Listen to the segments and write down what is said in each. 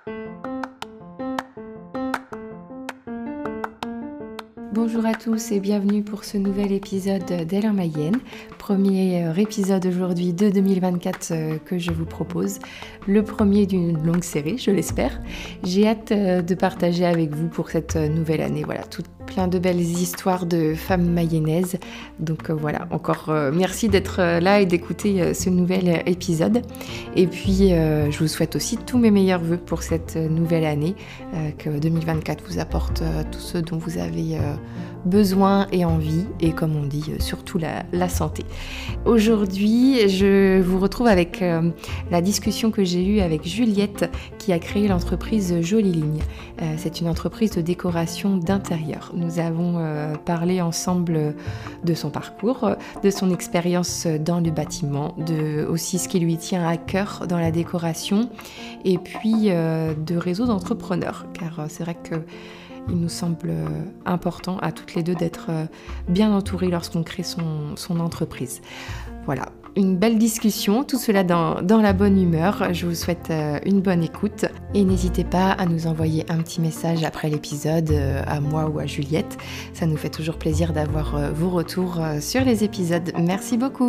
Bonjour à tous et bienvenue pour ce nouvel épisode d'Elle en Mayenne. Premier épisode aujourd'hui de 2024 que je vous propose. Le premier d'une longue série, je l'espère. J'ai hâte de partager avec vous pour cette nouvelle année. Voilà, plein de belles histoires de femmes mayennaises. Donc voilà, encore merci d'être là et d'écouter ce nouvel épisode. Et puis je vous souhaite aussi tous mes meilleurs vœux pour cette nouvelle année. Que 2024 vous apporte tout ce dont vous avez besoin et envie, et comme on dit, surtout la santé. Aujourd'hui, je vous retrouve avec la discussion que j'ai eue avec Juliette, qui a créé l'entreprise Jolie Ligne. C'est une entreprise de décoration d'intérieur. Nous avons parlé ensemble de son parcours, de son expérience dans le bâtiment, de aussi ce qui lui tient à cœur dans la décoration, et puis de réseau d'entrepreneurs, car c'est vrai que il nous semble important à toutes les deux d'être bien entourées lorsqu'on crée son entreprise. Voilà, une belle discussion, tout cela dans la bonne humeur. Je vous souhaite une bonne écoute et n'hésitez pas à nous envoyer un petit message après l'épisode, à moi ou à Juliette. Ça nous fait toujours plaisir d'avoir vos retours sur les épisodes. Merci beaucoup.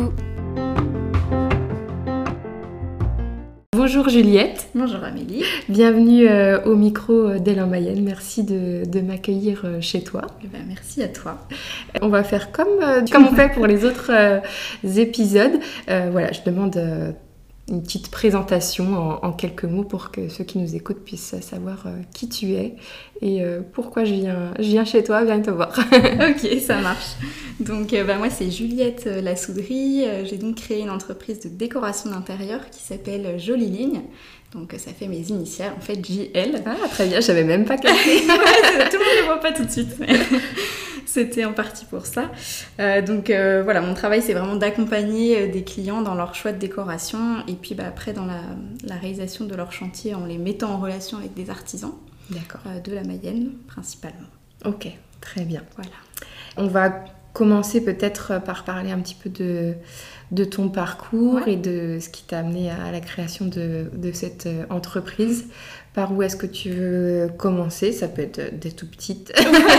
Bonjour Juliette. Bonjour Amélie. Bienvenue au micro d'Elle en Mayenne. Merci de m'accueillir chez toi. Merci à toi. On va faire comme on fait pour les autres épisodes. Voilà, je demande une petite présentation en quelques mots pour que ceux qui nous écoutent puissent savoir qui tu es et pourquoi je viens chez toi, viens te voir. Ok, ça marche. Donc moi c'est Juliette Lassoudrie. J'ai donc créé une entreprise de décoration d'intérieur qui s'appelle Jolie Ligne. Donc ça fait mes initiales, en fait JL. Ah très bien, j'avais même pas capté. Ouais, tout le monde ne le voit pas tout de suite. C'était en partie pour ça. Donc voilà, mon travail c'est vraiment d'accompagner des clients dans leur choix de décoration et puis après dans la réalisation de leur chantier en les mettant en relation avec des artisans. D'accord. De la Mayenne principalement. Ok, très bien. Voilà. On va commencer peut-être par parler un petit peu de ton parcours et de ce qui t'a amené à la création de cette entreprise. Par où est-ce que tu veux commencer? Ça peut être des tout petites.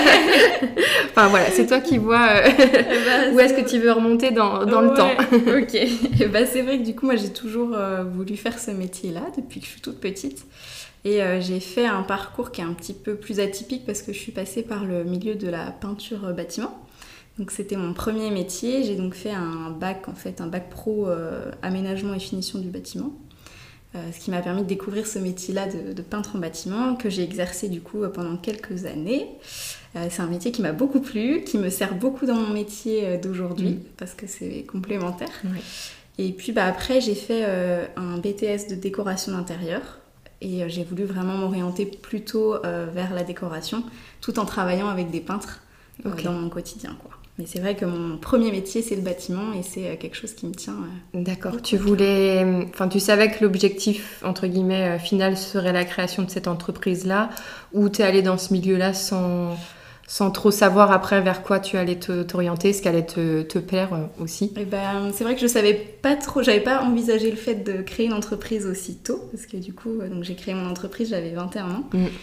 Enfin voilà, c'est toi qui vois où est-ce que tu veux remonter dans le temps. Ok. Et c'est vrai que du coup, moi j'ai toujours voulu faire ce métier-là depuis que je suis toute petite. Et j'ai fait un parcours qui est un petit peu plus atypique parce que je suis passée par le milieu de la peinture bâtiment. Donc c'était mon premier métier. J'ai donc fait un bac pro aménagement et finition du bâtiment. Ce qui m'a permis de découvrir ce métier-là de peintre en bâtiment que j'ai exercé du coup pendant quelques années. C'est un métier qui m'a beaucoup plu, qui me sert beaucoup dans mon métier d'aujourd'hui parce que c'est complémentaire. Oui. Et puis après j'ai fait un BTS de décoration d'intérieur et j'ai voulu vraiment m'orienter plutôt vers la décoration tout en travaillant avec des peintres dans mon quotidien quoi. Mais c'est vrai que mon premier métier, c'est le bâtiment et c'est quelque chose qui me tient. D'accord. Tu savais que l'objectif, entre guillemets, final serait la création de cette entreprise-là, ou tu es allée dans ce milieu-là sans trop savoir après vers quoi tu allais t'orienter, ce qui allait te plaire aussi? C'est vrai que je savais pas trop, j'avais pas envisagé le fait de créer une entreprise aussi tôt, parce que du coup, donc j'ai créé mon entreprise, j'avais 21 ans.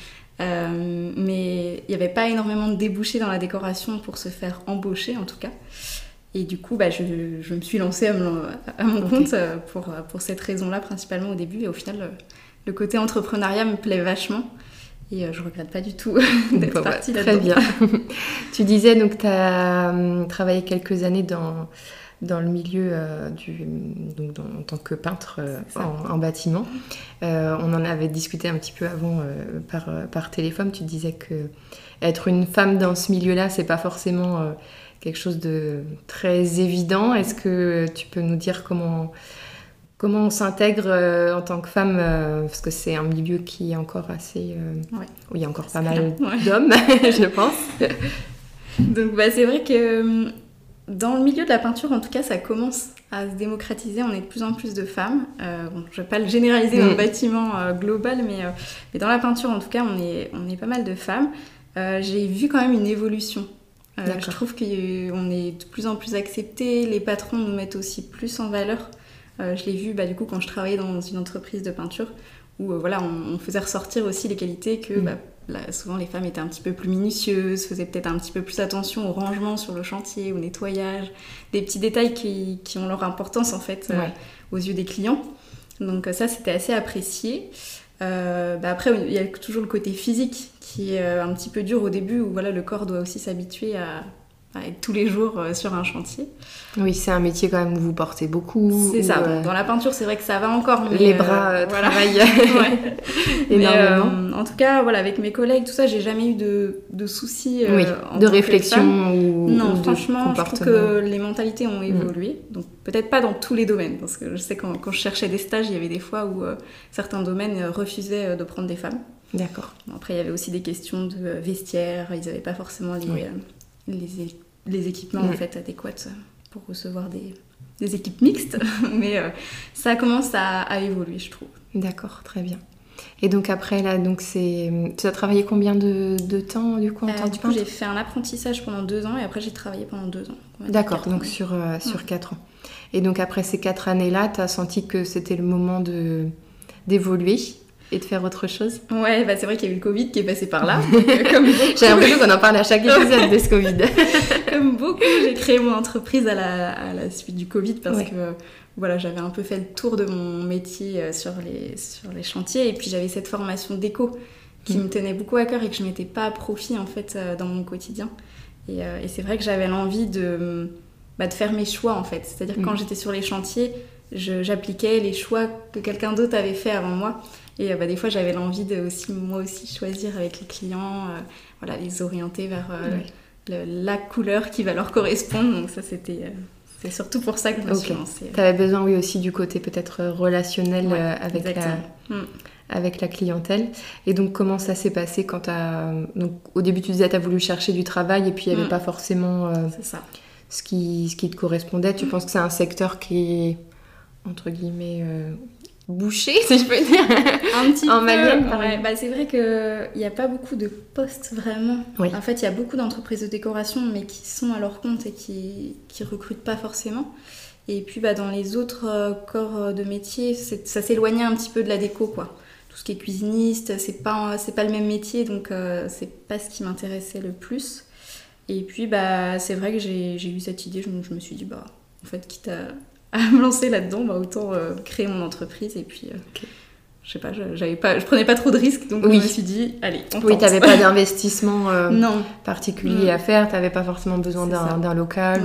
Mais il n'y avait pas énormément de débouchés dans la décoration pour se faire embaucher en tout cas et du coup je me suis lancée à mon compte pour cette raison-là principalement au début et au final le côté entrepreneuriat me plaît vachement et je regrette pas du tout d'être partie là-dedans. Très bien. Tu disais donc tu as travaillé quelques années dans le milieu en tant que peintre en bâtiment. On en avait discuté un petit peu avant par téléphone. Tu disais que être une femme dans ce milieu-là, c'est pas forcément quelque chose de très évident. Est-ce que tu peux nous dire comment on s'intègre en tant que femme parce que c'est un milieu qui est encore assez... où il y a encore pas mal d'hommes, je pense. Donc c'est vrai que... Dans le milieu de la peinture, en tout cas, ça commence à se démocratiser. On est de plus en plus de femmes. Je ne vais pas le généraliser dans le bâtiment global, mais dans la peinture, en tout cas, on est pas mal de femmes. J'ai vu quand même une évolution. Je trouve qu'on est de plus en plus acceptés. Les patrons nous mettent aussi plus en valeur. Je l'ai vu du coup quand je travaillais dans une entreprise de peinture où voilà, on faisait ressortir aussi les qualités que là, souvent les femmes étaient un petit peu plus minutieuses, faisaient peut-être un petit peu plus attention au rangement sur le chantier, au nettoyage, des petits détails qui ont leur importance en fait aux yeux des clients. Donc ça, c'était assez apprécié. Après, il y a toujours le côté physique qui est un petit peu dur au début, où voilà, le corps doit aussi s'habituer à être tous les jours sur un chantier. Oui, c'est un métier quand même où vous portez beaucoup. C'est ça. Dans la peinture, c'est vrai que ça va encore. Mais les bras travaillent énormément. En tout cas, voilà, avec mes collègues, tout ça, j'ai jamais eu de soucis. De réflexion ou non, de franchement, je trouve que les mentalités ont évolué. Donc peut-être pas dans tous les domaines, parce que je sais quand je cherchais des stages, il y avait des fois où certains domaines refusaient de prendre des femmes. D'accord. Bon, après, il y avait aussi des questions de vestiaire. Ils n'avaient pas forcément les équipements en fait adéquats pour recevoir des équipes mixtes, mais ça commence à évoluer, je trouve. D'accord, très bien. Et donc après là, tu as travaillé combien de temps du coup en tant que peintre ? J'ai fait un apprentissage pendant 2 ans et après j'ai travaillé pendant 2 ans. D'accord, donc sur 4 ans. Et donc après ces 4 années-là, tu as senti que c'était le moment d'évoluer et de faire autre chose ? Ouais, c'est vrai qu'il y a eu le Covid qui est passé par là. J'ai l'impression qu'on en parle à chaque épisode de ce Covid. Comme beaucoup, j'ai créé mon entreprise à la suite du Covid parce que voilà, j'avais un peu fait le tour de mon métier sur les chantiers et puis j'avais cette formation déco qui me tenait beaucoup à cœur et que je ne mettais pas à profit en fait dans mon quotidien. Et c'est vrai que j'avais l'envie de faire mes choix en fait. C'est-à-dire que quand j'étais sur les chantiers, j'appliquais les choix que quelqu'un d'autre avait fait avant moi. Et des fois, j'avais l'envie de moi aussi choisir avec les clients, les orienter vers la couleur qui va leur correspondre. Donc ça, c'est surtout pour ça que je me suis lancée. Tu avais besoin, aussi, du côté peut-être relationnel avec la clientèle. Et donc, comment ça s'est passé quand donc, au début, tu disais que tu as voulu chercher du travail et puis il n'y avait pas forcément ce qui te correspondait. Tu penses que c'est un secteur qui est, entre guillemets... bouché, si je peux dire, un petit en peu. Mayenne, par exemple. C'est vrai qu'il n'y a pas beaucoup de postes vraiment. En fait, il y a beaucoup d'entreprises de décoration, mais qui sont à leur compte et qui recrutent pas forcément. Et puis, dans les autres corps de métier, ça s'éloignait un petit peu de la déco, quoi. Tout ce qui est cuisiniste, c'est pas le même métier, donc c'est pas ce qui m'intéressait le plus. Et puis, c'est vrai que j'ai eu cette idée, je me suis dit, en fait, quitte à me lancer là-dedans, autant créer mon entreprise et puis je sais pas, je prenais pas trop de risques, donc je me suis dit allez, on tente. T'avais pas d'investissement particulier à faire, t'avais pas forcément besoin d'un local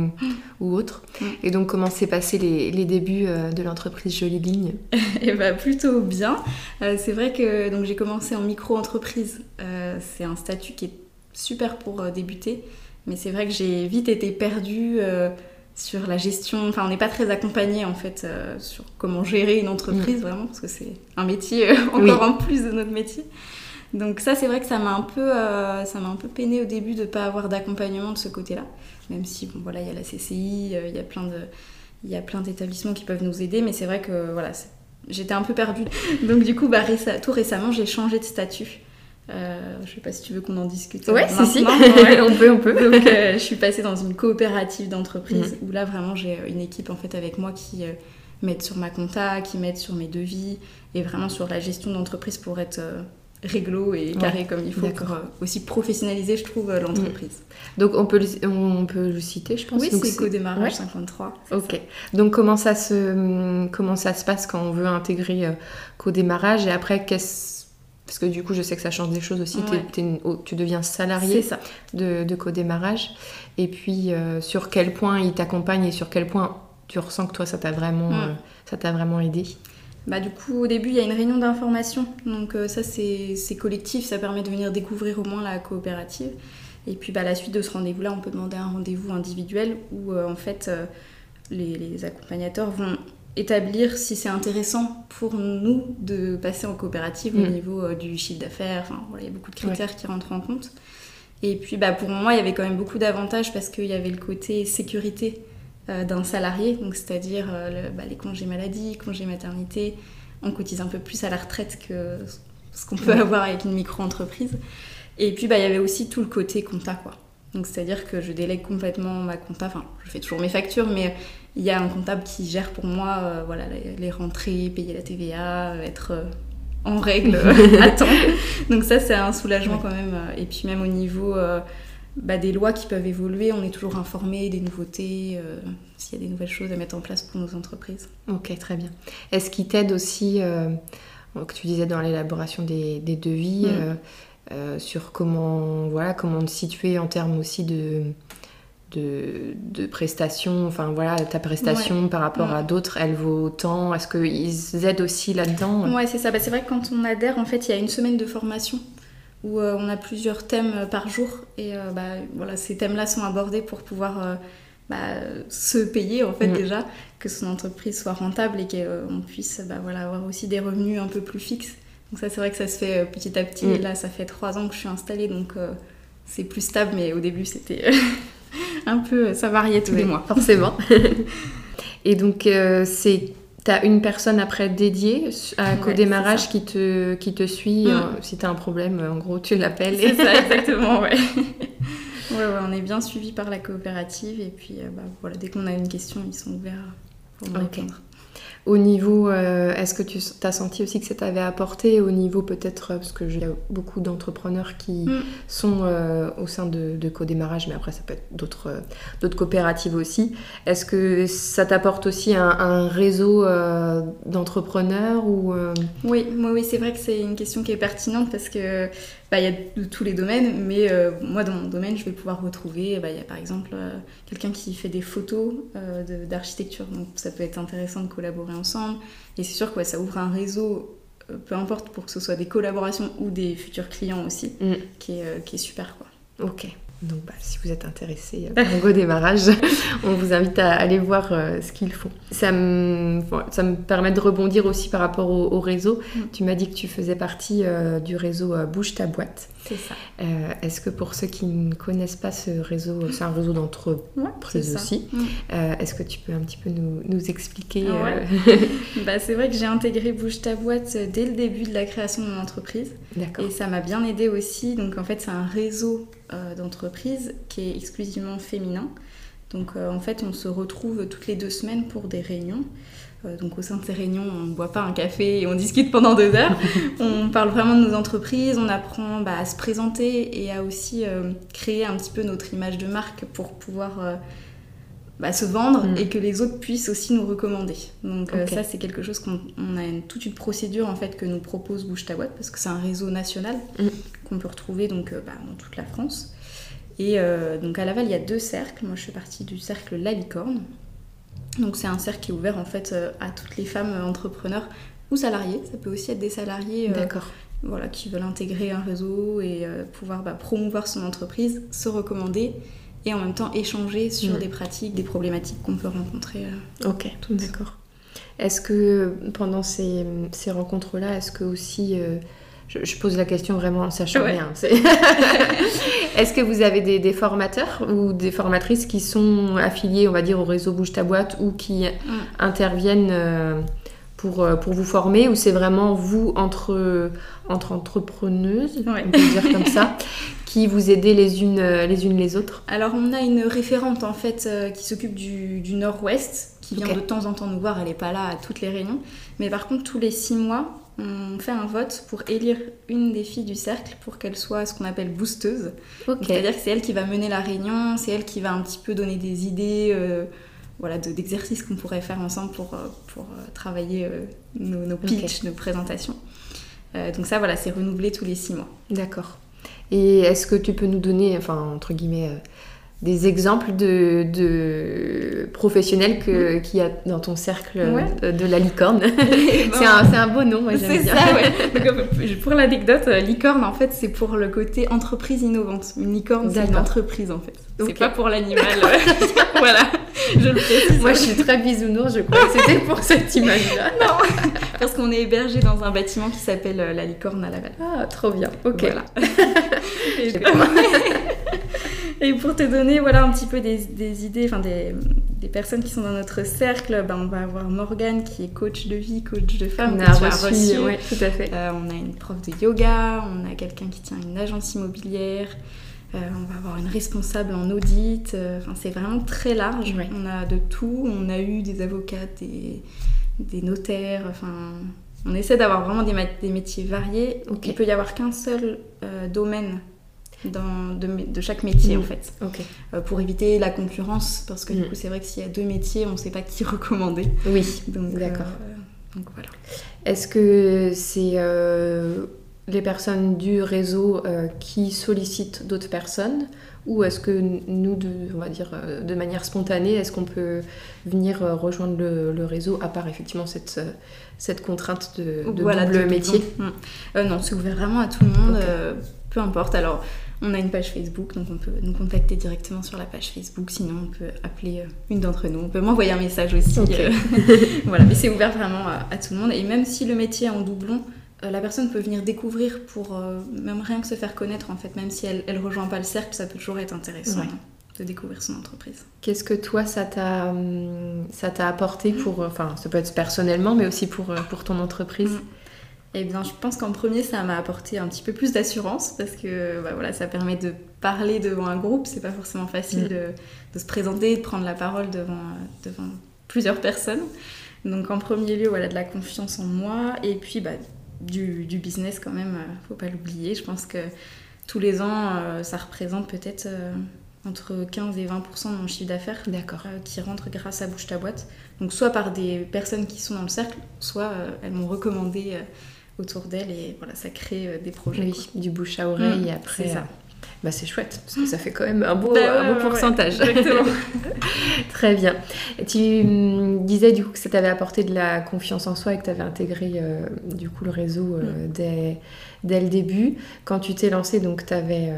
ou autre. Et donc comment s'est passé les débuts de l'entreprise Jolie Ligne ? Et plutôt bien. C'est vrai que donc j'ai commencé en micro-entreprise. C'est un statut qui est super pour débuter, mais c'est vrai que j'ai vite été perdue sur la gestion, on n'est pas très accompagné en fait sur comment gérer une entreprise vraiment, parce que c'est un métier encore en plus de notre métier. Donc ça, c'est vrai que ça m'a un peu peiné au début de pas avoir d'accompagnement de ce côté-là, même si il y a la CCI, il y a plein d'établissements qui peuvent nous aider, mais c'est vrai que j'étais un peu perdue. Donc du coup, tout récemment, j'ai changé de statut. Je sais pas si tu veux qu'on en discute. Ouais, si. On peut. Donc, je suis passée dans une coopérative d'entreprise où là, vraiment, j'ai une équipe en fait avec moi qui m'aide sur ma compta, qui m'aide sur mes devis et vraiment sur la gestion d'entreprise pour être réglo et carré comme il faut pour aussi professionnaliser, je trouve, l'entreprise. Donc, on peut le citer, je pense. Oui, donc, c'est Co-Démarrage 53. Ok. Ça. Donc, comment ça se passe quand on veut intégrer Co-Démarrage et après, parce que du coup, je sais que ça change des choses aussi. Tu deviens salarié de Co-Démarrage. Et puis, sur quel point il t'accompagne et sur quel point tu ressens que toi, ça t'a vraiment aidé ? Du coup, au début, il y a une réunion d'information. Donc ça, c'est collectif. Ça permet de venir découvrir au moins la coopérative. Et puis, à la suite de ce rendez-vous-là, on peut demander un rendez-vous individuel où, en fait, les accompagnateurs vont établir si c'est intéressant pour nous de passer en coopérative au niveau du chiffre d'affaires. Il y a beaucoup de critères qui rentrent en compte. Et puis pour moi, il y avait quand même beaucoup d'avantages parce qu'il y avait le côté sécurité d'un salarié, donc c'est-à-dire les congés maladie, congés maternité. On cotise un peu plus à la retraite que ce qu'on peut avoir avec une micro-entreprise. Et puis il y avait aussi tout le côté compta, quoi. Donc c'est-à-dire que je délègue complètement ma compta, je fais toujours mes factures, mais il y a un comptable qui gère pour moi les rentrées, payer la TVA, être en règle à temps. Donc ça, c'est un soulagement quand même. Et puis même au niveau des lois qui peuvent évoluer, on est toujours informé des nouveautés, s'il y a des nouvelles choses à mettre en place pour nos entreprises. Ok, très bien. Est-ce qu'il t'aide aussi, que tu disais dans l'élaboration des devis, sur comment te situer en termes aussi de prestations, enfin voilà, ta prestation par rapport à d'autres, elle vaut autant? Est-ce qu'ils aident aussi là-dedans? Ouais, c'est ça. C'est vrai que quand on adhère, en fait, il y a une semaine de formation où on a plusieurs thèmes par jour et ces thèmes-là sont abordés pour pouvoir se payer en fait déjà, que son entreprise soit rentable et qu'on puisse avoir aussi des revenus un peu plus fixes. Donc ça, c'est vrai que ça se fait petit à petit. Et là, ça fait 3 ans que je suis installée, donc c'est plus stable, mais au début, c'était un peu... ça variait tous les mois. Forcément. Et donc, t'as une personne après dédiée qu'au démarrage qui te suit. Si t'as un problème, en gros, tu l'appelles. C'est ça, exactement, ouais. Ouais, on est bien suivi par la coopérative. Et puis, dès qu'on a une question, ils sont ouverts pour nous répondre. Au niveau, est-ce que tu as senti aussi que ça t'avait apporté au niveau peut-être, parce qu'il y a beaucoup d'entrepreneurs qui sont au sein de Co-Démarrage, mais après ça peut être d'autres coopératives aussi. Est-ce que ça t'apporte aussi un réseau d'entrepreneurs ou Oui, c'est vrai que c'est une question qui est pertinente parce que il y a de tous les domaines, mais moi dans mon domaine je vais pouvoir retrouver, il y a par exemple quelqu'un qui fait des photos d'architecture, donc ça peut être intéressant de collaborer ensemble, et c'est sûr que ça ouvre un réseau, peu importe, pour que ce soit des collaborations ou des futurs clients aussi, qui est super quoi. Ok. Donc si vous êtes intéressé par Co-Démarage, on vous invite à aller voir ce qu'ils font. Ça me permet de rebondir aussi par rapport au réseau. Tu m'as dit que tu faisais partie du réseau Bouge ta boîte. C'est ça. Est-ce que pour ceux qui ne connaissent pas ce réseau, c'est un réseau d'entreprises aussi. Est-ce que tu peux un petit peu nous expliquer C'est vrai que j'ai intégré Bouge ta boîte dès le début de la création de mon entreprise. D'accord. Et ça m'a bien aidée aussi. Donc en fait, c'est un réseau d'entreprise qui est exclusivement féminin. Donc en fait, on se retrouve toutes les 2 semaines pour des réunions. Donc au sein de ces réunions, on ne boit pas un café et on discute pendant 2 heures. On parle vraiment de nos entreprises, on apprend à se présenter et à aussi créer un petit peu notre image de marque pour pouvoir se vendre et que les autres puissent aussi nous recommander. Donc ça, c'est quelque chose qu'on a toute une procédure en fait que nous propose Bouge ta boîte, parce que c'est un réseau national qu'on peut retrouver dans toute la France. Et donc à Laval, il y a 2 cercles. Moi, je fais partie du cercle La Licorne. Donc c'est un cercle qui est ouvert en fait à toutes les femmes entrepreneurs ou salariés. Ça peut aussi être des salariés qui veulent intégrer un réseau et pouvoir promouvoir son entreprise, se recommander et en même temps échanger sur des pratiques, des problématiques qu'on peut rencontrer. Ok, d'accord. Est-ce que pendant ces rencontres-là, est-ce que aussi... Je pose la question vraiment en sachant rien. Est-ce que vous avez des formateurs ou des formatrices qui sont affiliés, on va dire, au réseau Bouge ta boîte ou qui interviennent pour vous former, ou c'est vraiment vous, entre entrepreneuses, on peut dire comme ça, qui vous aidez les unes les autres? Alors, on a une référente, en fait, qui s'occupe du Nord-Ouest, qui vient de temps en temps nous voir. Elle n'est pas là à toutes les réunions. Mais par contre, tous les 6 mois, on fait un vote pour élire une des filles du cercle pour qu'elle soit ce qu'on appelle boosteuse. C'est-à-dire que c'est elle qui va mener la réunion, c'est elle qui va un petit peu donner des idées d'exercices qu'on pourrait faire ensemble pour travailler nos pitchs, nos présentations. Donc ça, c'est renouvelé tous les 6 mois. D'accord. Et est-ce que tu peux nous donner, entre guillemets... des exemples de professionnels qu'il y a dans ton cercle de La Licorne. C'est un beau nom, moi j'aime bien. C'est ça, Donc, pour l'anecdote, licorne, en fait, c'est pour le côté entreprise innovante. Une licorne, c'est une entreprise, en fait. C'est pas pour l'animal. Voilà, je le précise. Moi, je suis très bisounours, je crois que c'était pour cette image-là. Non, parce qu'on est hébergé dans un bâtiment qui s'appelle La Licorne à Laval. Ah, trop bien. Ok. Voilà. Et pour te donner un petit peu des idées, des personnes qui sont dans notre cercle, on va avoir Morgane qui est coach de vie, coach de femme. On a reçu, oui, tout à fait. On a une prof de yoga, on a quelqu'un qui tient une agence immobilière, on va avoir une responsable en audit. C'est vraiment très large. On a de tout. On a eu des avocats, des notaires, On essaie d'avoir vraiment des métiers variés. Ok. Il peut y avoir qu'un seul domaine de chaque métier en fait, pour éviter la concurrence, parce que du coup c'est vrai que s'il y a 2 métiers, on ne sait pas qui recommander. Oui, donc, d'accord. Donc voilà. Est-ce que c'est les personnes du réseau qui sollicitent d'autres personnes, ou est-ce que nous, on va dire de manière spontanée, est-ce qu'on peut venir rejoindre le réseau, à part effectivement cette contrainte de double métier? Non, c'est ouvert vraiment à tout le monde, peu importe. Alors, on a une page Facebook, donc on peut nous contacter directement sur la page Facebook. Sinon, on peut appeler une d'entre nous. On peut m'envoyer un message aussi. Voilà, mais c'est ouvert vraiment à tout le monde. Et même si le métier est en doublon, la personne peut venir découvrir pour même rien que se faire connaître en fait. Même si elle rejoint pas le cercle, ça peut toujours être intéressant de découvrir son entreprise. Qu'est-ce que toi, ça t'a apporté pour... Enfin, ça peut être personnellement, mais aussi pour ton entreprise? Eh bien, je pense qu'en premier, ça m'a apporté un petit peu plus d'assurance parce que ça permet de parler devant un groupe. C'est pas forcément facile de se présenter, de prendre la parole devant plusieurs personnes. Donc, en premier lieu, de la confiance en moi et puis du business quand même, faut pas l'oublier. Je pense que tous les ans, ça représente peut-être entre 15 et 20% de mon chiffre d'affaires qui rentre grâce à Bouge ta boîte. Donc, soit par des personnes qui sont dans le cercle, soit elles m'ont recommandé autour d'elle et ça crée des projets. Oui, du bouche à oreille et après... C'est ça. C'est chouette, parce que ça fait quand même un beau pourcentage. Exactement. Très bien. Tu disais du coup que ça t'avait apporté de la confiance en soi et que tu avais intégré du coup le réseau dès le début. Quand tu t'es lancée, donc tu avais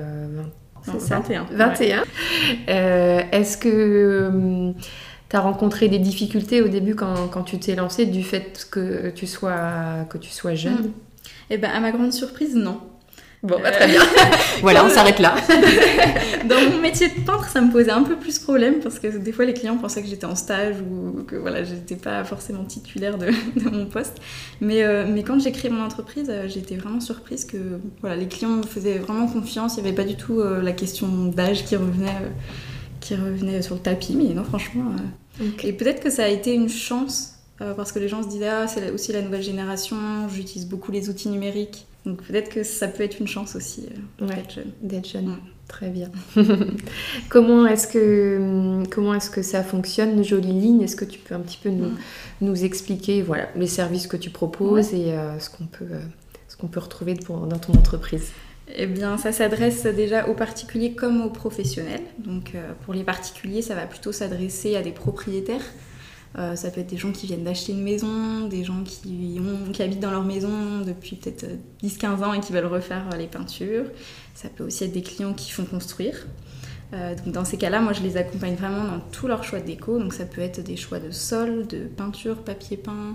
21. Est-ce que... T'as rencontré des difficultés au début quand tu t'es lancée du fait que tu sois jeune? Eh ben, à ma grande surprise, non. Bon, très bien. Voilà, on s'arrête là. Dans mon métier de peintre, ça me posait un peu plus problème parce que des fois les clients pensaient que j'étais en stage ou que j'étais pas forcément titulaire de mon poste. Mais quand j'ai créé mon entreprise, j'étais vraiment surprise que les clients me faisaient vraiment confiance. Il n'y avait pas du tout la question d'âge qui revenait sur le tapis, mais non, franchement. Et peut-être que ça a été une chance parce que les gens se disaient c'est aussi la nouvelle génération, j'utilise beaucoup les outils numériques. Donc peut-être que ça peut être une chance aussi d'être jeune. Très bien. Comment est-ce que ça fonctionne, Jolie Ligne? Est-ce que tu peux un petit peu nous expliquer les services que tu proposes et ce qu'on peut retrouver dans ton entreprise? Eh bien, ça s'adresse déjà aux particuliers comme aux professionnels. Donc pour les particuliers, ça va plutôt s'adresser à des propriétaires. Ça peut être des gens qui viennent d'acheter une maison, des gens qui habitent dans leur maison depuis peut-être 10-15 ans et qui veulent refaire les peintures. Ça peut aussi être des clients qui font construire. Donc dans ces cas-là, moi je les accompagne vraiment dans tous leurs choix de déco. Donc ça peut être des choix de sol, de peinture, papier peint,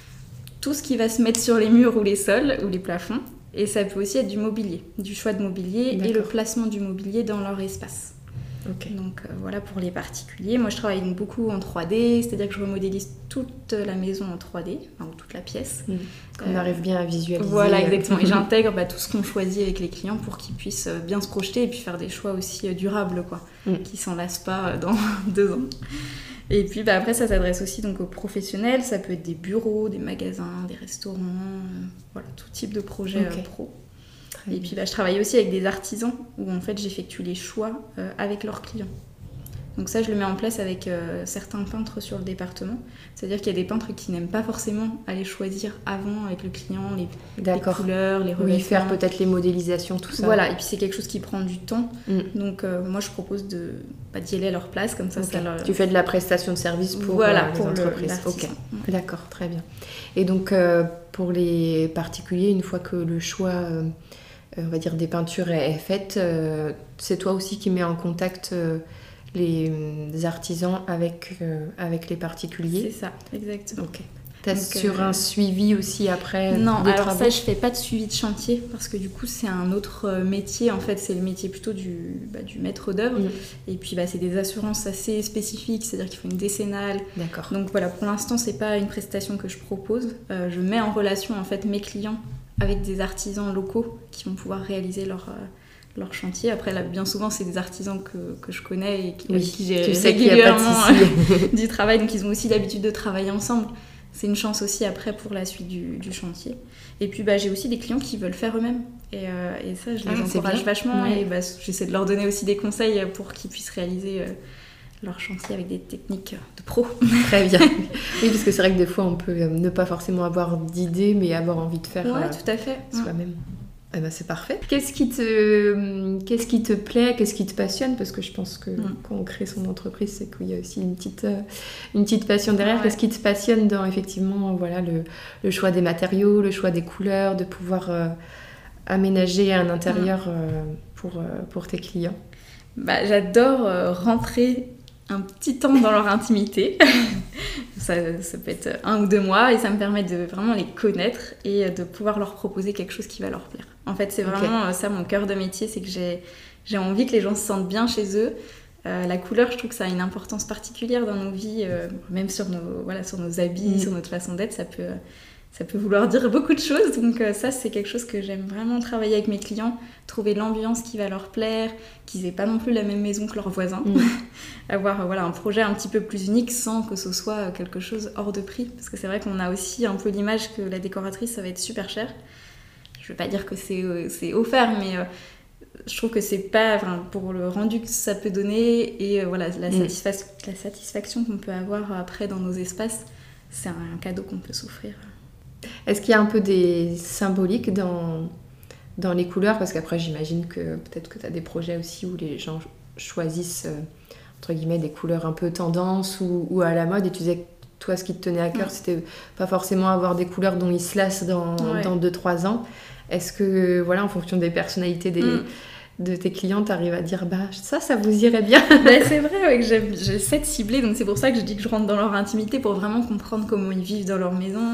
tout ce qui va se mettre sur les murs ou les sols ou les plafonds. Et ça peut aussi être du mobilier, du choix de mobilier et le placement du mobilier dans leur espace. Donc voilà pour les particuliers. Moi je travaille beaucoup en 3D, c'est-à-dire que je remodélise toute la maison en 3D, ou toute la pièce. Qu'on arrive bien à visualiser. Voilà, exactement. Et j'intègre tout ce qu'on choisit avec les clients pour qu'ils puissent bien se projeter et puis faire des choix aussi durables, qui s'en lassent pas dans 2 ans. Et puis après ça s'adresse aussi donc aux professionnels, ça peut être des bureaux, des magasins, des restaurants, tout type de projet pro. Et puis je travaille aussi avec des artisans où en fait j'effectue les choix avec leurs clients. Donc ça je le mets en place avec certains peintres sur le département. C'est-à-dire qu'il y a des peintres qui n'aiment pas forcément aller choisir avant avec le client les couleurs, les revêtements. Oui, faire peut-être les modélisations, tout ça. Voilà, et puis c'est quelque chose qui prend du temps. Donc moi je propose d'y aller à leur place, comme ça. Tu fais de la prestation de service pour les entreprises. D'accord, très bien. Et donc pour les particuliers, une fois que le choix... on va dire des peintures est faite, c'est toi aussi qui mets en contact les artisans avec les particuliers? C'est ça, exactement. T'assures un suivi aussi après? Non, alors ça je fais pas de suivi de chantier parce que du coup c'est un autre métier en fait, c'est le métier plutôt du maître d'œuvre. Et puis c'est des assurances assez spécifiques, c'est-à-dire qu'il faut une décennale. D'accord. Donc voilà, pour l'instant c'est pas une prestation que je propose. Je mets en relation en fait mes clients avec des artisans locaux qui vont pouvoir réaliser leur chantier. Après, là, bien souvent, c'est des artisans que je connais et avec qui j'ai régulièrement du travail. Donc, ils ont aussi l'habitude de travailler ensemble. c'est une chance aussi après pour la suite du chantier. Et puis j'ai aussi des clients qui veulent faire eux-mêmes. Et ça, je les encourage vachement. Ouais. Et j'essaie de leur donner aussi des conseils pour qu'ils puissent réaliser leur chantier avec des techniques de pro. Très bien. Oui, parce que c'est vrai que des fois, on peut ne pas forcément avoir d'idées, mais avoir envie de faire tout à fait. Soi-même. Eh ben, c'est parfait. Qu'est-ce qui te plaît, qu'est-ce qui te passionne? Parce que je pense que quand on crée son entreprise, c'est qu'il y a aussi une petite passion derrière. Ouais. Qu'est-ce qui te passionne dans effectivement le choix des matériaux, le choix des couleurs, de pouvoir aménager un intérieur pour tes clients? J'adore rentrer un petit temps dans leur intimité. ça peut être 1 ou 2 mois et ça me permet de vraiment les connaître et de pouvoir leur proposer quelque chose qui va leur plaire. En fait, c'est vraiment ça mon cœur de métier, c'est que j'ai envie que les gens se sentent bien chez eux. La couleur, je trouve que ça a une importance particulière dans nos vies, même sur nos habits, sur notre façon d'être, ça peut vouloir dire beaucoup de choses. Donc ça, c'est quelque chose que j'aime vraiment travailler avec mes clients, trouver l'ambiance qui va leur plaire, qu'ils n'aient pas non plus la même maison que leurs voisins. Avoir un projet un petit peu plus unique sans que ce soit quelque chose hors de prix. Parce que c'est vrai qu'on a aussi un peu l'image que la décoratrice, ça va être super cher. Je ne veux pas dire que c'est offert, mais je trouve que c'est pas... pour le rendu que ça peut donner et la satisfaction qu'on peut avoir après dans nos espaces, c'est un cadeau qu'on peut s'offrir. Est-ce qu'il y a un peu des symboliques dans les couleurs? Parce qu'après, j'imagine que peut-être que tu as des projets aussi où les gens choisissent, entre guillemets, des couleurs un peu tendance ou à la mode. Et tu disais que toi, ce qui te tenait à cœur, c'était pas forcément avoir des couleurs dont ils se lassent dans 2-3 ans. Est-ce que, en fonction des personnalités de tes clients, tu arrives à dire ça vous irait bien? C'est vrai que j'essaie de cibler, donc c'est pour ça que je dis que je rentre dans leur intimité pour vraiment comprendre comment ils vivent dans leur maison.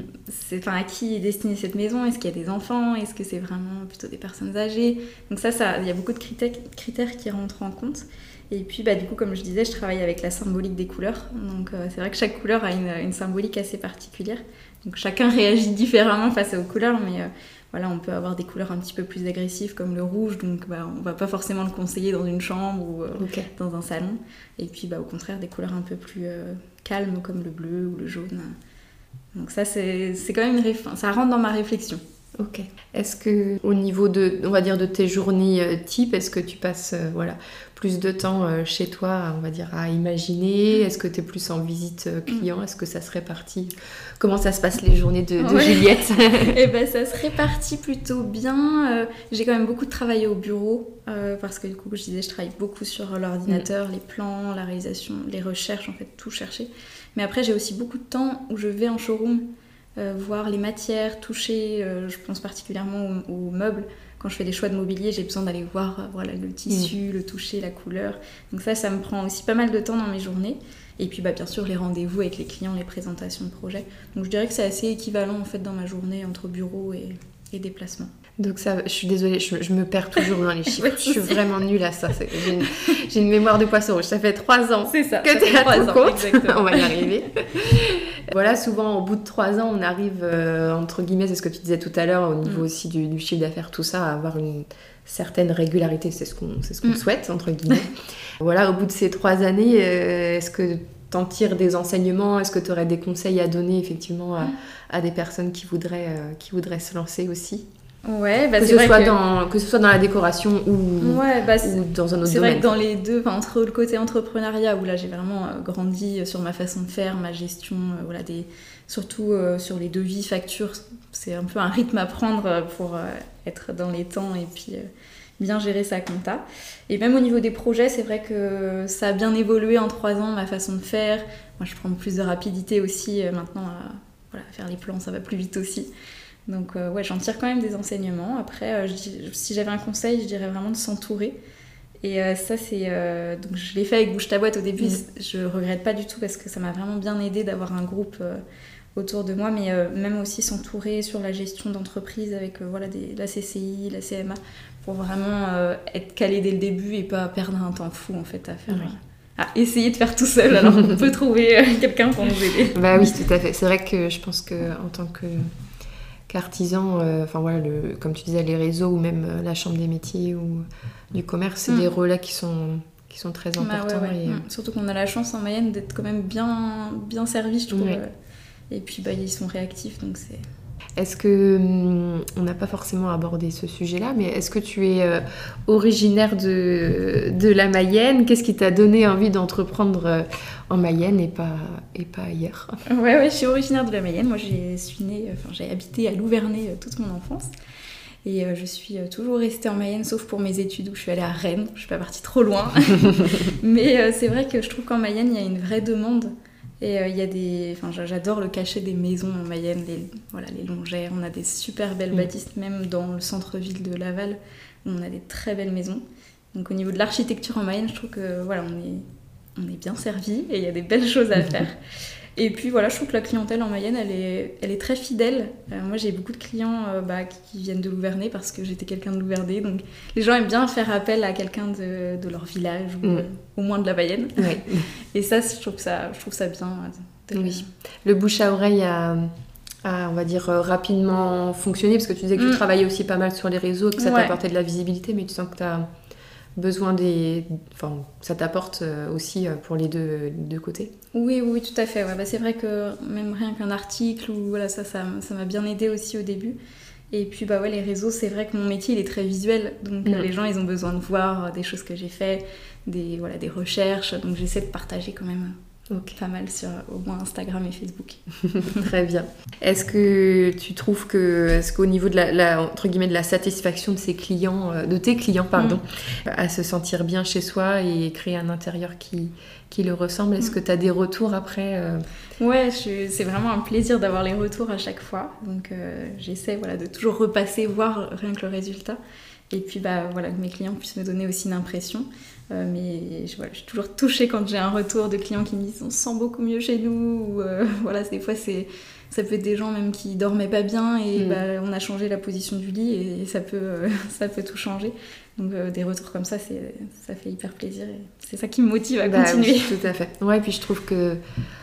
À qui est destinée cette maison? Est-ce qu'il y a des enfants? Est-ce que c'est vraiment plutôt des personnes âgées? Donc ça il y a beaucoup de critères qui rentrent en compte. Et puis du coup, comme je disais, je travaille avec la symbolique des couleurs. Donc c'est vrai que chaque couleur a une symbolique assez particulière. Donc chacun réagit différemment face aux couleurs, mais on peut avoir des couleurs un petit peu plus agressives comme le rouge, donc on va pas forcément le conseiller dans une chambre ou dans un salon. Et puis au contraire, des couleurs un peu plus calmes comme le bleu ou le jaune. Donc ça, c'est quand même ça rentre dans ma réflexion. Ok. Est-ce que au niveau de tes journées type, est-ce que tu passes plus de temps chez toi, à imaginer? Est-ce que tu es plus en visite client? Est-ce que ça se répartit? Comment ça se passe les journées de Juliette? Ça se répartit plutôt bien. J'ai quand même beaucoup de travail au bureau parce que du coup, je disais, je travaille beaucoup sur l'ordinateur, les plans, la réalisation, les recherches, en fait, tout chercher. Mais après, j'ai aussi beaucoup de temps où je vais en showroom voir les matières, toucher, je pense particulièrement aux meubles. Quand je fais des choix de mobilier, j'ai besoin d'aller voir le tissu, le toucher, la couleur. Donc ça me prend aussi pas mal de temps dans mes journées. Et puis bien sûr les rendez-vous avec les clients, les présentations de projets. Donc je dirais que c'est assez équivalent en fait dans ma journée entre bureau et déplacement. Donc ça, je suis désolée, je me perds toujours dans les chiffres. Je suis vraiment nulle à ça. J'ai une mémoire de poisson rouge. Ça fait 3 ans que tu es à ton compte. Exactement. On va y arriver. Souvent au bout de 3 ans, on arrive, entre guillemets, c'est ce que tu disais tout à l'heure, au niveau aussi du chiffre d'affaires, tout ça, à avoir une certaine régularité. C'est ce qu'on souhaite, entre guillemets. Au bout de ces 3 années, est-ce que t'en tires des enseignements? Est-ce que tu aurais des conseils à donner effectivement à des personnes qui voudraient se lancer aussi? Que ce soit dans la décoration ou dans un autre domaine. C'est vrai que dans les deux, entre le côté entrepreneuriat où là j'ai vraiment grandi sur ma façon de faire, ma gestion, surtout sur les devis, factures, c'est un peu un rythme à prendre pour être dans les temps et puis bien gérer sa compta. Et même au niveau des projets, c'est vrai que ça a bien évolué en 3 ans, ma façon de faire. Moi je prends plus de rapidité aussi maintenant à faire les plans, ça va plus vite aussi. Donc j'en tire quand même des enseignements. Après, si j'avais un conseil, je dirais vraiment de s'entourer. Et ça, c'est... donc je l'ai fait avec Bouge ta boîte au début. Je regrette pas du tout parce que ça m'a vraiment bien aidé d'avoir un groupe autour de moi. Mais même aussi s'entourer sur la gestion d'entreprise avec la CCI, la CMA, pour vraiment être calé dès le début et pas perdre un temps fou en fait à faire... à essayer de faire tout seul. Alors on peut trouver quelqu'un pour nous aider. Oui, tout à fait. C'est vrai que je pense qu'en tant qu'artisan, comme tu disais, les réseaux ou même la chambre des métiers ou du commerce, c'est des relais qui sont très importants. Surtout qu'on a la chance en Mayenne d'être quand même bien servi, je trouve. Et puis ils sont réactifs, donc c'est... Est-ce que, on n'a pas forcément abordé ce sujet-là, mais est-ce que tu es originaire de la Mayenne? Qu'est-ce qui t'a donné envie d'entreprendre en Mayenne et pas ailleurs? Ouais, je suis originaire de la Mayenne. Moi, j'ai habité à Louvernay toute mon enfance. Et je suis toujours restée en Mayenne, sauf pour mes études où je suis allée à Rennes. Je suis pas partie trop loin. Mais c'est vrai que je trouve qu'en Mayenne, il y a une vraie demande. Et il y a j'adore le cachet des maisons en Mayenne, les longères. On a des super belles bâtisses, même dans le centre-ville de Laval, où on a des très belles maisons. Donc au niveau de l'architecture en Mayenne, je trouve que on est bien servi et il y a des belles choses à faire. Et puis je trouve que la clientèle en Mayenne, elle est très fidèle. Moi, j'ai beaucoup de clients qui viennent de Louvernay parce que j'étais quelqu'un de Louvernay. Donc, les gens aiment bien faire appel à quelqu'un de leur village ou au moins de la Mayenne. Ouais. Et ça, je trouve ça bien. Oui. Le bouche à oreille a, on va dire, rapidement fonctionné parce que tu disais que tu travaillais aussi pas mal sur les réseaux, que ça t'apportait de la visibilité, mais tu sens que tu as besoin ça t'apporte aussi pour les deux côtés. Oui, tout à fait. Ouais. C'est vrai que même rien qu'un article, ça m'a bien aidé aussi au début. Et puis les réseaux, c'est vrai que mon métier il est très visuel, donc les gens ils ont besoin de voir des choses que j'ai fait, des recherches, donc j'essaie de partager quand même. Pas mal sur au moins Instagram et Facebook. Très bien. Est-ce que tu trouves qu'au niveau de entre guillemets de la satisfaction de tes clients, à se sentir bien chez soi et créer un intérieur qui le ressemble, est-ce que tu as des retours après Ouais, c'est vraiment un plaisir d'avoir les retours à chaque fois. Donc j'essaie de toujours repasser, voir rien que le résultat. Et puis que mes clients puissent me donner aussi une impression. Mais je suis toujours touchée quand j'ai un retour de clients qui me disent on se sent beaucoup mieux chez nous. Ou, des fois ça peut être des gens même qui dormaient pas bien et on a changé la position du lit et ça peut tout changer. Donc des retours comme ça, ça fait hyper plaisir et c'est ça qui me motive à continuer. Oui, tout à fait. Ouais, puis je trouve que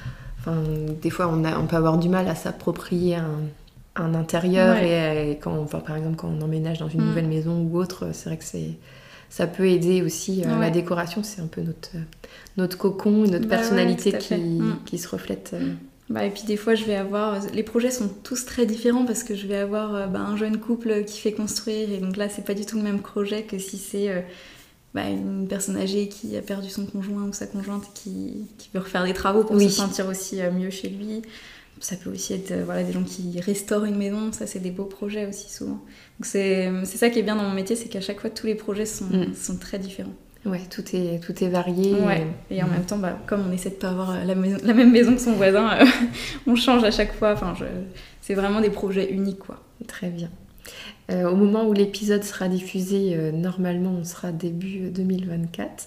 des fois on peut avoir du mal à s'approprier un intérieur et par exemple quand on emménage dans une nouvelle maison ou autre, c'est vrai que ça peut aider aussi. La décoration, c'est un peu notre cocon, notre personnalité qui se reflète. Et puis des fois, je vais avoir... Les projets sont tous très différents parce que je vais avoir un jeune couple qui fait construire et donc là, c'est pas du tout le même projet que si c'est une personne âgée qui a perdu son conjoint ou sa conjointe qui veut refaire des travaux pour se sentir aussi mieux chez lui. Ça peut aussi être des gens qui restaurent une maison, ça c'est des beaux projets aussi souvent. Donc c'est ça qui est bien dans mon métier, c'est qu'à chaque fois tous les projets sont très différents. Ouais, tout est varié. Ouais. Et en même temps, comme on essaie de pas avoir la même maison que son voisin, on change à chaque fois. C'est vraiment des projets uniques, quoi. Très bien. Au moment où l'épisode sera diffusé, normalement on sera début 2024.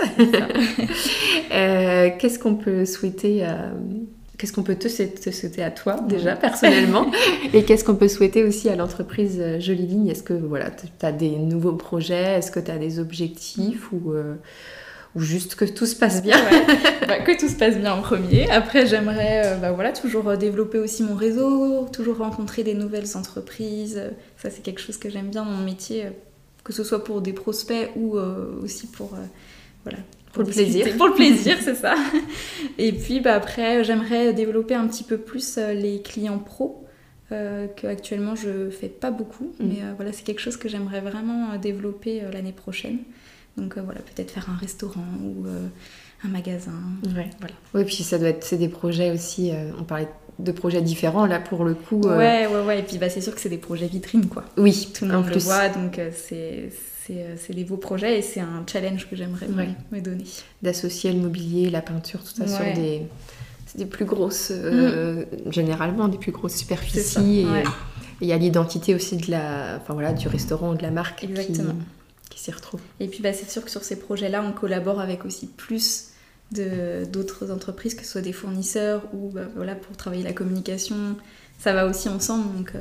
Qu'est-ce qu'on peut souhaiter Qu'est-ce qu'on peut te souhaiter à toi, déjà, personnellement et qu'est-ce qu'on peut souhaiter aussi à l'entreprise Jolie Ligne? Est-ce que tu as des nouveaux projets? Est-ce que tu as des objectifs ou juste que tout se passe bien? Que tout se passe bien en premier. Après, j'aimerais toujours développer aussi mon réseau, toujours rencontrer des nouvelles entreprises. Ça, c'est quelque chose que j'aime bien dans mon métier, que ce soit pour des prospects ou aussi pour le plaisir. Pour le plaisir, c'est ça. Et puis après, j'aimerais développer un petit peu plus les clients pros, qu'actuellement je fais pas beaucoup. Mais c'est quelque chose que j'aimerais vraiment développer l'année prochaine. Donc peut-être faire un restaurant ou un magasin. Oui, puis c'est des projets aussi, on parlait de projets différents là pour le coup. Ouais. Et puis c'est sûr que c'est des projets vitrines, quoi. Oui, tout le monde le voit, donc c'est des beaux projets et c'est un challenge que j'aimerais me donner. D'associer le mobilier, la peinture, tout ça sur des plus grosses, généralement des plus grosses superficies. Et il y a l'identité aussi du restaurant ou de la marque qui s'y retrouve. Et puis c'est sûr que sur ces projets-là, on collabore avec aussi plus d'autres entreprises, que ce soit des fournisseurs ou pour travailler la communication. Ça va aussi ensemble, donc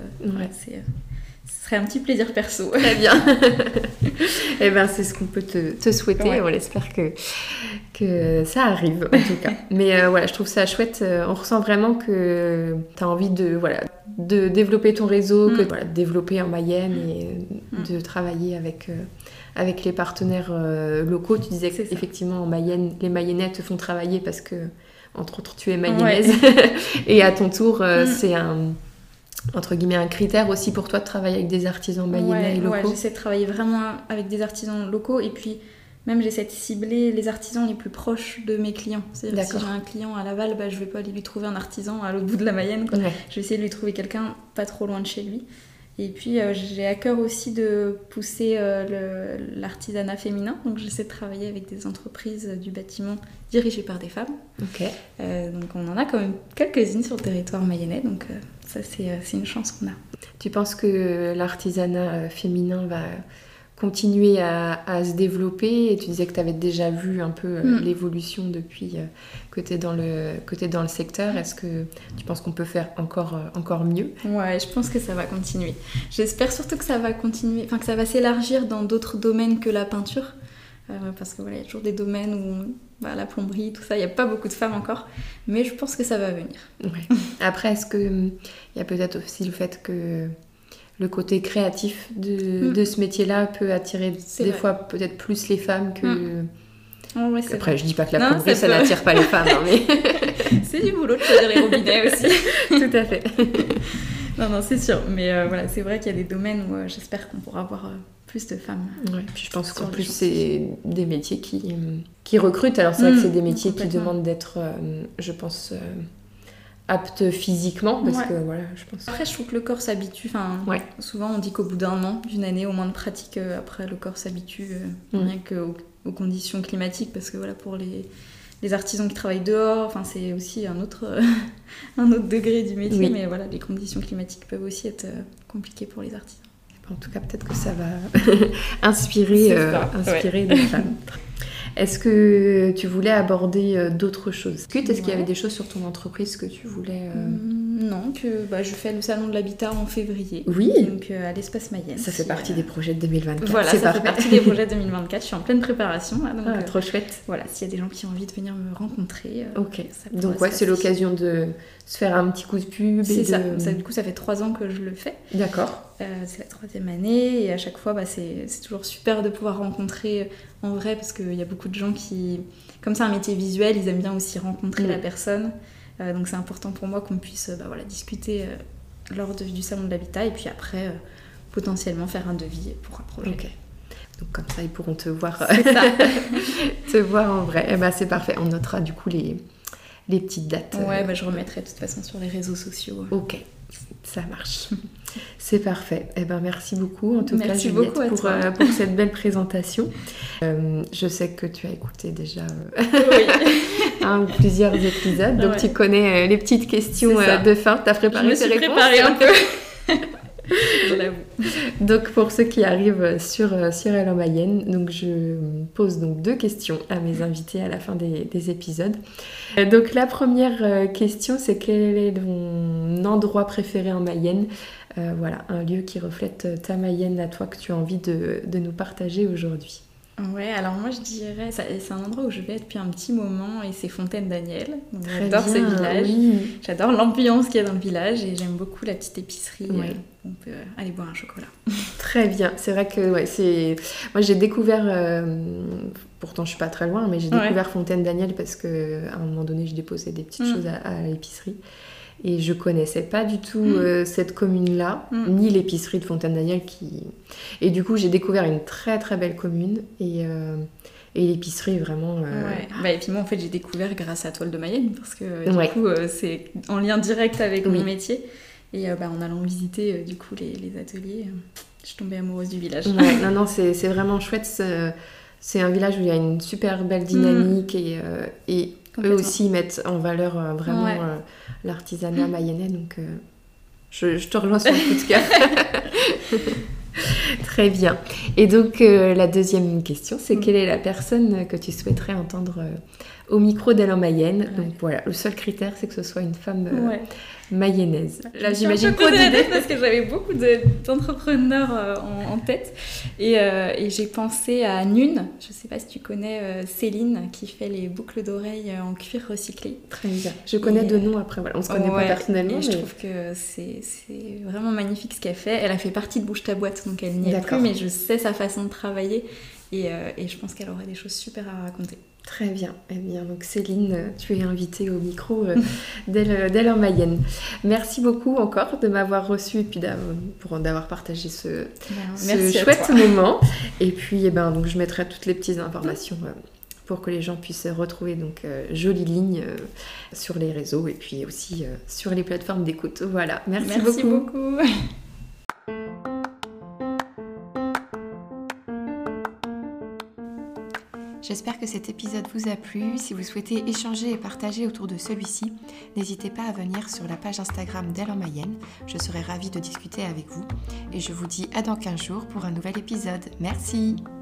ce serait un petit plaisir perso. Très bien. Et c'est ce qu'on peut te souhaiter. On espère que ça arrive, en tout cas. Mais je trouve ça chouette. On ressent vraiment que tu as envie de développer ton réseau, de développer en Mayenne et de travailler avec les partenaires locaux. Tu disais qu'effectivement, en Mayenne, les Mayennais te font travailler parce que entre autres, tu es mayonnaise. Et à ton tour, c'est entre guillemets un critère aussi pour toi de travailler avec des artisans mayennais locaux. Ouais, j'essaie de travailler vraiment avec des artisans locaux et puis même j'essaie de cibler les artisans les plus proches de mes clients. C'est-à-dire que si j'ai un client à Laval, je vais pas aller lui trouver un artisan à l'autre bout de la Mayenne, quoi. Je vais essayer de lui trouver quelqu'un pas trop loin de chez lui. Et puis j'ai à cœur aussi de pousser l'artisanat féminin, donc j'essaie de travailler avec des entreprises du bâtiment dirigées par des femmes. Donc on en a quand même quelques-unes sur le territoire mayennais, donc ça c'est une chance qu'on a. Tu penses que l'artisanat féminin va continuer à se développer? Et tu disais que tu avais déjà vu un peu l'évolution depuis que tu es dans le secteur. Est-ce que tu penses qu'on peut faire encore mieux? Ouais, je pense que ça va continuer. J'espère surtout que ça va continuer, que ça va s'élargir dans d'autres domaines que la peinture. Parce que voilà, il y a toujours des domaines où la plomberie, tout ça, il n'y a pas beaucoup de femmes encore. Mais je pense que ça va venir. Ouais. Après, est-ce qu'il y a peut-être aussi le fait que le côté créatif de ce métier-là peut attirer des fois peut-être plus les femmes que... Après, je dis pas que la plomberie, ça n'attire pas les femmes, hein, mais... c'est du boulot de choisir les robinets aussi. Tout à fait. Non, c'est sûr. Mais voilà, c'est vrai qu'il y a des domaines où j'espère qu'on pourra avoir plus de femmes. Ouais, puis je pense qu'en plus, c'est des métiers qui recrutent. Alors, c'est vrai que c'est des métiers qui demandent d'être, je pense... apte physiquement, parce que voilà, je pense... Après, je trouve que le corps s'habitue, souvent on dit qu'au bout d'un an, d'une année au moins de pratique, après le corps s'habitue, rien qu'aux conditions climatiques, parce que voilà, pour les artisans qui travaillent dehors, c'est aussi un autre degré du métier, mais voilà, les conditions climatiques peuvent aussi être compliquées pour les artisans. En tout cas, peut-être que ça va inspirer des femmes. Est-ce que tu voulais aborder d'autres choses? Est-ce qu'il y avait des choses sur ton entreprise que tu voulais... Non, je fais le salon de l'habitat en février. Oui. Donc à l'Espace Mayenne. Ça fait partie des projets de 2024. Voilà, ça fait partie des projets de 2024. Je suis en pleine préparation. Là, donc, trop chouette. Voilà, s'il y a des gens qui ont envie de venir me rencontrer. Ok. Donc c'est l'occasion de se faire un petit coup de pub. C'est ça. Du coup, ça fait 3 ans que je le fais. D'accord. C'est la 3e année et à chaque fois, c'est toujours super de pouvoir rencontrer en vrai parce qu'il y a beaucoup de gens qui, comme c'est un métier visuel, ils aiment bien aussi rencontrer la personne. Donc c'est important pour moi qu'on puisse discuter lors du salon de l'habitat et puis après potentiellement faire un devis pour un projet. Ok. Donc comme ça ils pourront te voir, c'est ça. te voir en vrai. C'est parfait. On notera du coup les petites dates. Ouais, je remettrai de toute façon sur les réseaux sociaux. Ok, ça marche. C'est parfait. Merci beaucoup en tout cas Juliette pour cette belle présentation. Je sais que tu as écouté déjà un ou plusieurs épisodes, donc tu connais les petites questions de fin. Tu as préparé tes réponses? Je me suis préparée un peu. Je l'avoue. Donc pour ceux qui arrivent sur Hello Mayenne, donc je pose donc 2 questions à mes invités à la fin des épisodes. Donc la première question, c'est quel est ton endroit préféré en Mayenne? Voilà, un lieu qui reflète ta Mayenne à toi que tu as envie de nous partager aujourd'hui. Ouais, alors moi je dirais, c'est un endroit où je vais depuis un petit moment et c'est Fontaine-Daniel. J'adore ce village, j'adore l'ambiance qu'il y a dans le village et j'aime beaucoup la petite épicerie où on peut aller boire un chocolat. Très bien, c'est vrai que moi j'ai découvert, pourtant je suis pas très loin, mais j'ai découvert Fontaine-Daniel parce qu'à un moment donné je déposais des petites choses à l'épicerie. Et je connaissais pas du tout cette commune-là, ni l'épicerie de Fontaine-Daniel Et du coup, j'ai découvert une très très belle commune et l'épicerie vraiment... Et puis moi, en fait, j'ai découvert grâce à Toile de Mayenne parce que du coup, c'est en lien direct avec mon métier. Et en allant visiter du coup les ateliers, je suis tombée amoureuse du village. Non, c'est vraiment chouette. C'est un village où il y a une super belle dynamique et eux aussi mettent en valeur vraiment l'artisanat mayennais, donc je te rejoins sur le coup de cœur. Très bien. Et donc la deuxième question, c'est quelle est la personne que tu souhaiterais entendre au micro d'Hello Mayenne? Donc voilà, le seul critère, c'est que ce soit une femme mayonnaise. Là, j'imagine trop d'idées parce que j'avais beaucoup d'entrepreneurs en tête et j'ai pensé à Nune. Je sais pas si tu connais Céline qui fait les boucles d'oreilles en cuir recyclé. Très bien. Je connais de nom après, voilà. On se connaît pas personnellement. Je trouve que c'est vraiment magnifique ce qu'elle fait. Elle a fait partie de Bouge ta boîte, donc elle n'y est plus, mais je sais sa façon de travailler et je pense qu'elle aurait des choses super à raconter. Très bien. Eh bien, donc Céline, tu es invitée au micro d'Elle en Mayenne. Merci beaucoup encore de m'avoir reçue et puis d'avoir partagé ce chouette moment. Et puis, donc, je mettrai toutes les petites informations pour que les gens puissent retrouver donc Jolie Ligne sur les réseaux et puis aussi sur les plateformes d'écoute. Voilà. Merci beaucoup. J'espère que cet épisode vous a plu. Si vous souhaitez échanger et partager autour de celui-ci, n'hésitez pas à venir sur la page Instagram d'Elle en Mayenne. Je serai ravie de discuter avec vous. Et je vous dis à dans 15 jours pour un nouvel épisode. Merci!